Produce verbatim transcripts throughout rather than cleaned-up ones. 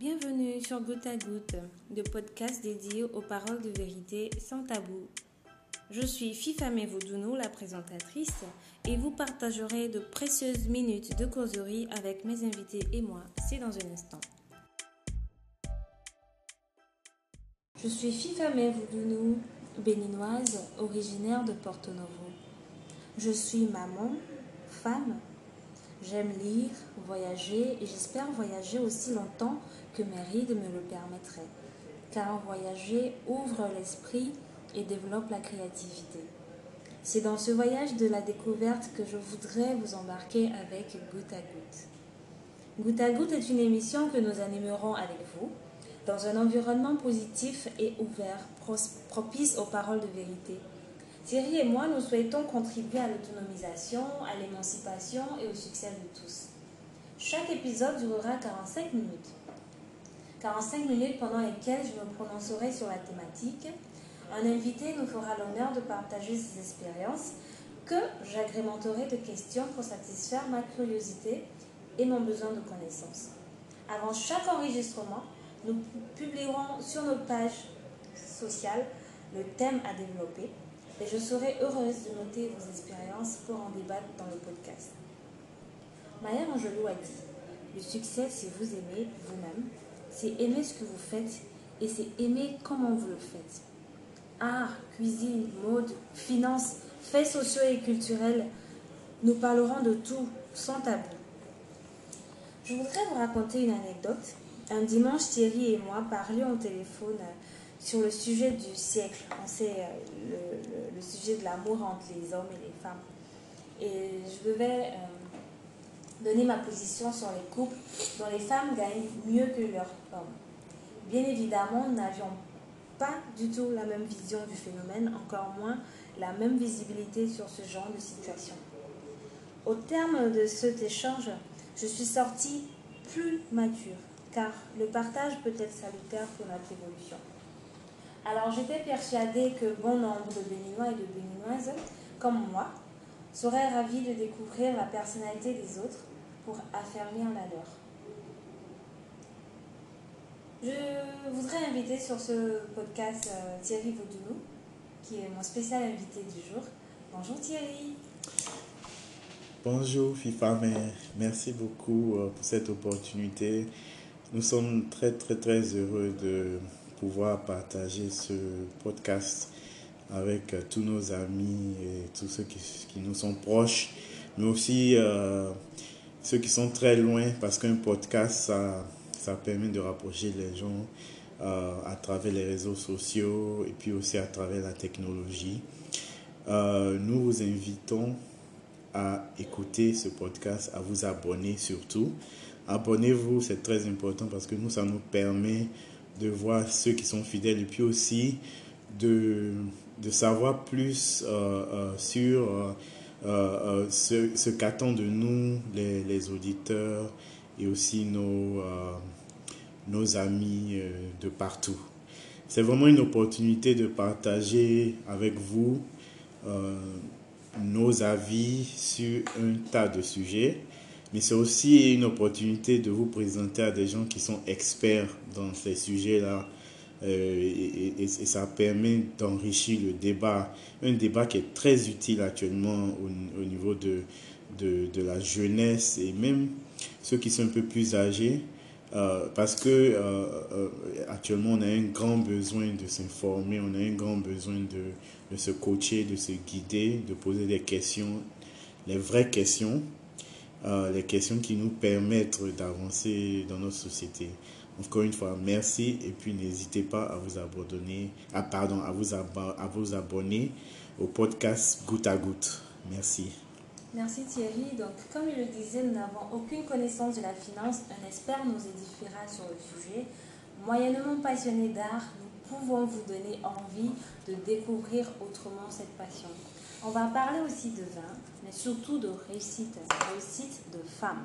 Bienvenue sur Goutte à Goutte, le podcast dédié aux paroles de vérité sans tabou. Je suis Fifame Voudounou, la présentatrice, et vous partagerez de précieuses minutes de causerie avec mes invités et moi, c'est dans un instant. Je suis Fifame Voudounou, béninoise, originaire de Porto Novo. Je suis maman, femme. J'aime lire, voyager et j'espère voyager aussi longtemps que mes rides me le permettraient. Car voyager ouvre l'esprit et développe la créativité. C'est dans ce voyage de la découverte que je voudrais vous embarquer avec Goutte à Goutte. Goutte à Goutte est une émission que nous animerons avec vous dans un environnement positif et ouvert, propice aux paroles de vérité. Thierry et moi, nous souhaitons contribuer à l'autonomisation, à l'émancipation et au succès de tous. Chaque épisode durera quarante-cinq minutes. quarante-cinq minutes pendant lesquelles je me prononcerai sur la thématique. Un invité nous fera l'honneur de partager ses expériences que j'agrémenterai de questions pour satisfaire ma curiosité et mon besoin de connaissances. Avant chaque enregistrement, nous publierons sur nos pages sociales le thème à développer. Et je serai heureuse de noter vos expériences pour en débattre dans le podcast. Maya Angelou a dit « Le succès, c'est vous aimer vous-même, c'est aimer ce que vous faites et c'est aimer comment vous le faites. Art, cuisine, mode, finance, faits sociaux et culturels, nous parlerons de tout, sans tabou. » Je voudrais vous raconter une anecdote. Un dimanche, Thierry et moi parlions au téléphone sur le sujet du siècle. On sait le, le, le sujet de l'amour entre les hommes et les femmes. Et je devais euh, donner ma position sur les couples dont les femmes gagnent mieux que leurs hommes. Bien évidemment, nous n'avions pas du tout la même vision du phénomène, encore moins la même visibilité sur ce genre de situation. Au terme de cet échange, je suis sortie plus mature, car le partage peut être salutaire pour notre évolution. Alors j'étais persuadée que bon nombre de Béninois et de Béninoises, comme moi, seraient ravis de découvrir la personnalité des autres pour affermir la leur. Je voudrais inviter sur ce podcast euh, Thierry Voudounou, qui est mon spécial invité du jour. Bonjour Thierry. Bonjour Fifame, merci beaucoup pour cette opportunité. Nous sommes très très très heureux de pouvoir partager ce podcast avec tous nos amis et tous ceux qui, qui nous sont proches, mais aussi euh, ceux qui sont très loin, parce qu'un podcast, ça, ça permet de rapprocher les gens euh, à travers les réseaux sociaux et puis aussi à travers la technologie. Euh, nous vous invitons à écouter ce podcast, à vous abonner surtout. Abonnez-vous, c'est très important parce que nous, ça nous permet de voir ceux qui sont fidèles et puis aussi de, de savoir plus euh, euh, sur euh, euh, ce, ce qu'attendent de nous les, les auditeurs et aussi nos, euh, nos amis euh, de partout. C'est vraiment une opportunité de partager avec vous euh, nos avis sur un tas de sujets. Mais c'est aussi une opportunité de vous présenter à des gens qui sont experts dans ces sujets-là. Euh, et, et, et ça permet d'enrichir le débat. Un débat qui est très utile actuellement au, au niveau de, de, de la jeunesse et même ceux qui sont un peu plus âgés. Euh, parce que euh, euh, actuellement, on a un grand besoin de s'informer, on a un grand besoin de, de se coacher, de se guider, de poser des questions, les vraies questions. Euh, les questions qui nous permettent d'avancer dans notre société. Encore une fois, merci et puis n'hésitez pas à vous abonner, à, pardon, à vous, ab- à vous abonner au podcast Goutte à Goutte. Merci. Merci Thierry. Donc, comme il le disait, nous n'avons aucune connaissance de la finance. Un expert nous édifiera sur le sujet. Moyennement passionnés d'art, nous pouvons vous donner envie de découvrir autrement cette passion. On va parler aussi de vin, mais surtout de réussite, réussite de femmes.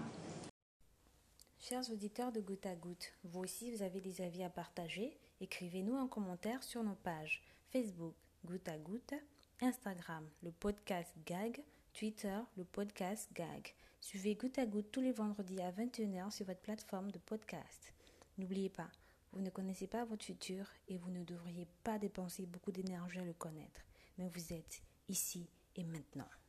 Chers auditeurs de Goutte à Goutte, vous aussi vous avez des avis à partager? Écrivez-nous en commentaire sur nos pages Facebook Goutte à Goutte, Instagram le podcast Gag, Twitter le podcast Gag. Suivez Goutte à Goutte tous les vendredis à vingt et une heures sur votre plateforme de podcast. N'oubliez pas, vous ne connaissez pas votre futur et vous ne devriez pas dépenser beaucoup d'énergie à le connaître. Mais vous êtes ici et maintenant.